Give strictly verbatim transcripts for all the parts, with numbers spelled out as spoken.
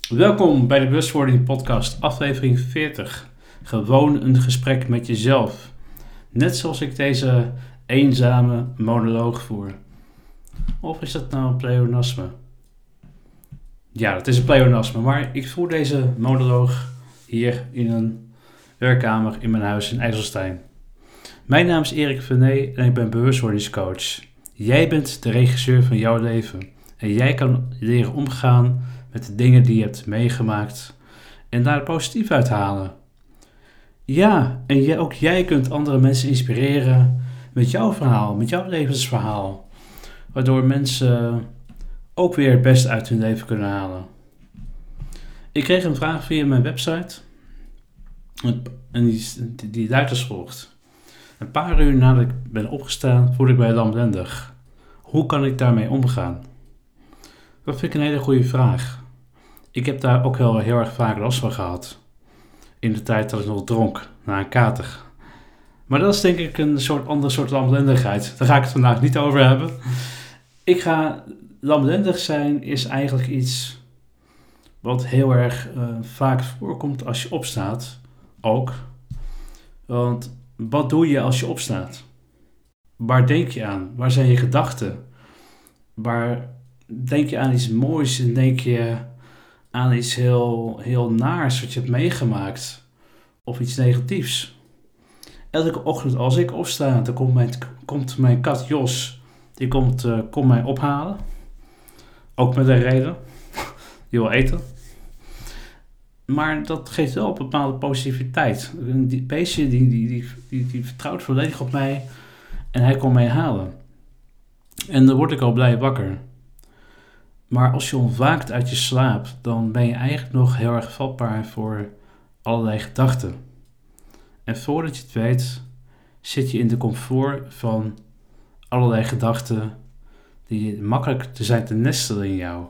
Welkom bij de Bewustwording Podcast, aflevering veertig. Gewoon een gesprek met jezelf. Net zoals ik deze eenzame monoloog voer. Of is dat nou een pleonasme? Ja, dat is een pleonasme, maar ik voer deze monoloog hier in een werkkamer in mijn huis in IJsselstein. Mijn naam is Erik Venet en ik ben bewustwordingscoach. Jij bent de regisseur van jouw leven en jij kan leren omgaan met de dingen die je hebt meegemaakt en daar het positief uithalen. Ja, en jij, ook jij kunt andere mensen inspireren met jouw verhaal, met jouw levensverhaal. Waardoor mensen ook weer het beste uit hun leven kunnen halen. Ik kreeg een vraag via mijn website en die, die luidt als volgt. Een paar uur nadat ik ben opgestaan voelde ik mij lamlendig. Hoe kan ik daarmee omgaan? Dat vind ik een hele goede vraag. Ik heb daar ook wel heel erg vaak last van gehad. In de tijd dat ik nog dronk, na een kater. Maar dat is denk ik een soort ander soort lamlendigheid. Daar ga ik het vandaag niet over hebben. Ik ga, lamlendig zijn is eigenlijk iets wat heel erg uh, vaak voorkomt als je opstaat. Ook. Want wat doe je als je opstaat? Waar denk je aan? Waar zijn je gedachten? Waar denk je aan iets moois en denk je aan iets heel, heel naars wat je hebt meegemaakt? Of iets negatiefs? Elke ochtend als ik opsta, dan komt mijn, komt mijn kat Jos, die komt, uh, komt mij ophalen. Ook met een reden. Die wil eten. Maar dat geeft wel een bepaalde positiviteit. Die beestje die, die, die, die, die vertrouwt volledig op mij en hij komt mij halen. En dan word ik al blij wakker. Maar als je ontwaakt uit je slaap, dan ben je eigenlijk nog heel erg vatbaar voor allerlei gedachten. En voordat je het weet, zit je in de comfort van allerlei gedachten die makkelijk te zijn te nestelen in jou.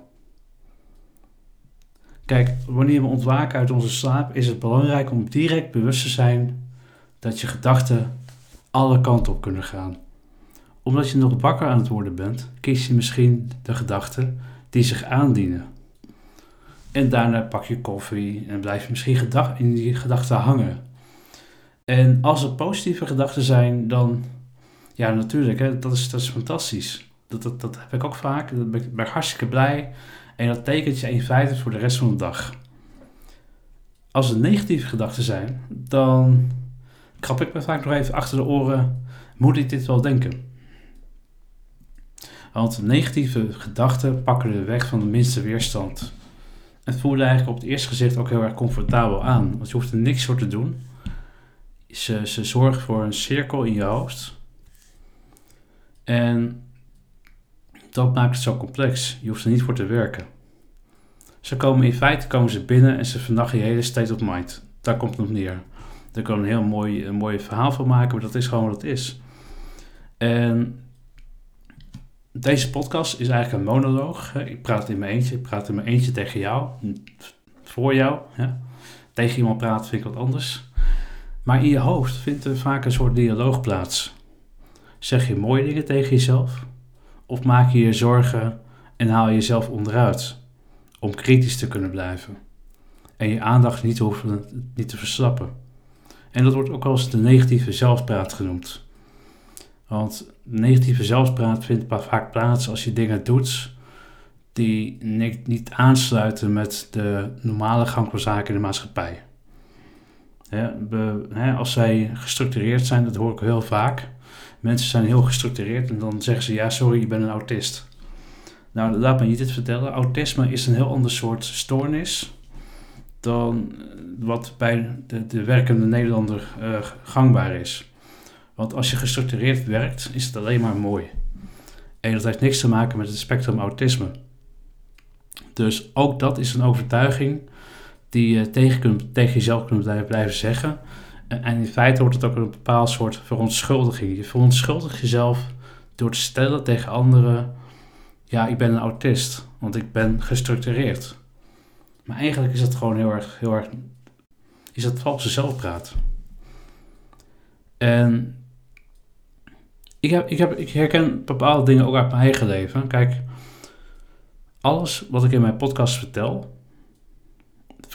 Kijk, wanneer we ontwaken uit onze slaap, is het belangrijk om direct bewust te zijn dat je gedachten alle kanten op kunnen gaan. Omdat je nog wakker aan het worden bent, kies je misschien de gedachten die zich aandienen. En daarna pak je koffie en blijf je misschien gedag- in die gedachten hangen. En als het positieve gedachten zijn, dan, ja natuurlijk, hè, dat, is, dat is fantastisch. Dat, dat, dat heb ik ook vaak, dan ben ik, ben ik hartstikke blij. En dat tekent je in feite voor de rest van de dag. Als het negatieve gedachten zijn, dan krap ik me vaak nog even achter de oren, moet ik dit wel denken? Want negatieve gedachten pakken de weg van de minste weerstand. Het voelde eigenlijk op het eerste gezicht ook heel erg comfortabel aan. Want je hoeft er niks voor te doen. Ze, ze zorgen voor een cirkel in je hoofd. En dat maakt het zo complex. Je hoeft er niet voor te werken. Ze komen in feite komen ze binnen en ze vernachten je hele state of mind. Daar komt het op neer. Daar kan een heel mooi, een mooi verhaal van maken, maar dat is gewoon wat het is. En deze podcast is eigenlijk een monoloog. Ik praat in mijn eentje, ik praat in mijn eentje tegen jou, voor jou. Ja. Tegen iemand praten vind ik wat anders. Maar in je hoofd vindt er vaak een soort dialoog plaats. Zeg je mooie dingen tegen jezelf? Of maak je je zorgen en haal je jezelf onderuit? Om kritisch te kunnen blijven. En je aandacht niet te, hoeven, niet te verslappen. En dat wordt ook wel eens de negatieve zelfpraat genoemd. Want negatieve zelfpraat vindt vaak plaats als je dingen doet die niet aansluiten met de normale gang van zaken in de maatschappij. He, we, he, als zij gestructureerd zijn, dat hoor ik heel vaak. Mensen zijn heel gestructureerd en dan zeggen ze, ja sorry, je bent een autist. Nou, laat me je dit vertellen. Autisme is een heel ander soort stoornis dan wat bij de, de werkende Nederlander uh, gangbaar is. Want als je gestructureerd werkt, is het alleen maar mooi. En dat heeft niks te maken met het spectrum autisme. Dus ook dat is een overtuiging die je tegen, kunt, tegen jezelf kunt blijven zeggen. En, en in feite wordt het ook een bepaald soort verontschuldiging. Je verontschuldigt jezelf door te stellen tegen anderen, ja, ik ben een autist, want ik ben gestructureerd. Maar eigenlijk is dat gewoon heel erg, heel erg, is dat valse zelfpraat. En ik, heb, ik, heb, ik herken bepaalde dingen ook uit mijn eigen leven. Kijk, alles wat ik in mijn podcast vertel,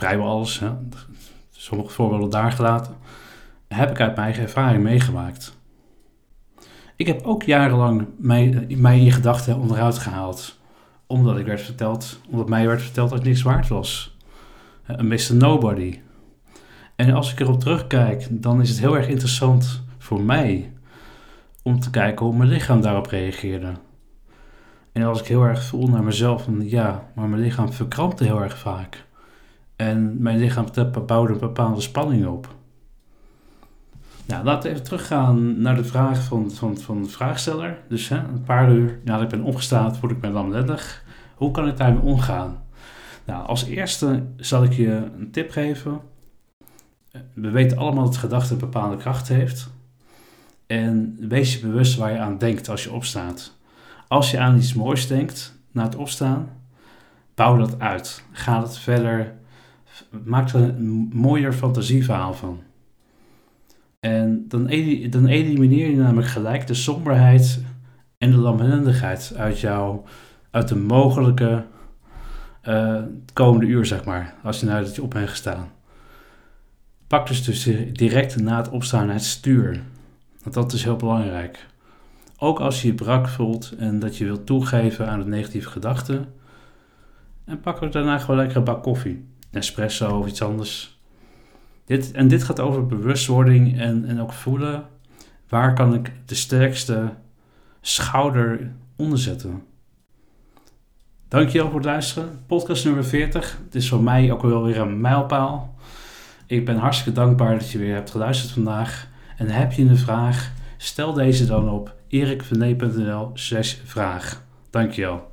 vrijwel alles, hè, sommige voorbeelden daar gelaten, heb ik uit mijn eigen ervaring meegemaakt. Ik heb ook jarenlang mij, mij in gedachten onderuit gehaald, omdat ik werd verteld, omdat mij werd verteld dat ik niks waard was. Een mister Nobody. En als ik erop terugkijk, dan is het heel erg interessant voor mij om te kijken hoe mijn lichaam daarop reageerde. En als ik heel erg voel naar mezelf, van ja, maar mijn lichaam verkrampte heel erg vaak. En mijn lichaam bouwde een bepaalde spanning op. Nou, laten we even teruggaan naar de vraag van, van, van de vraagsteller. Dus hè, een paar uur nadat ik ben opgestaan, word ik me lamlendig. Hoe kan ik daarmee omgaan? Nou, als eerste zal ik je een tip geven. We weten allemaal dat gedachte een bepaalde kracht heeft. En wees je bewust waar je aan denkt als je opstaat. Als je aan iets moois denkt na het opstaan, bouw dat uit. Ga het verder. Maak er een mooier fantasieverhaal van. En dan, dan elimineer je namelijk gelijk de somberheid en de lamlendigheid uit jou, uit de mogelijke uh, komende uur, zeg maar, als je nou dat je op bent gestaan. Pak dus, dus direct na het opstaan het stuur. Want dat is heel belangrijk. Ook als je je brak voelt en dat je wilt toegeven aan de negatieve gedachten. En pak ook daarna gewoon lekker een bak koffie. Espresso of iets anders. Dit, en dit gaat over bewustwording en, en ook voelen. Waar kan ik de sterkste schouder onder zetten? Dankjewel voor het luisteren. Podcast nummer veertig. Het is voor mij ook wel weer een mijlpaal. Ik ben hartstikke dankbaar dat je weer hebt geluisterd vandaag. En heb je een vraag, stel deze dan op erikvernee punt n l slash vraag. Dankjewel.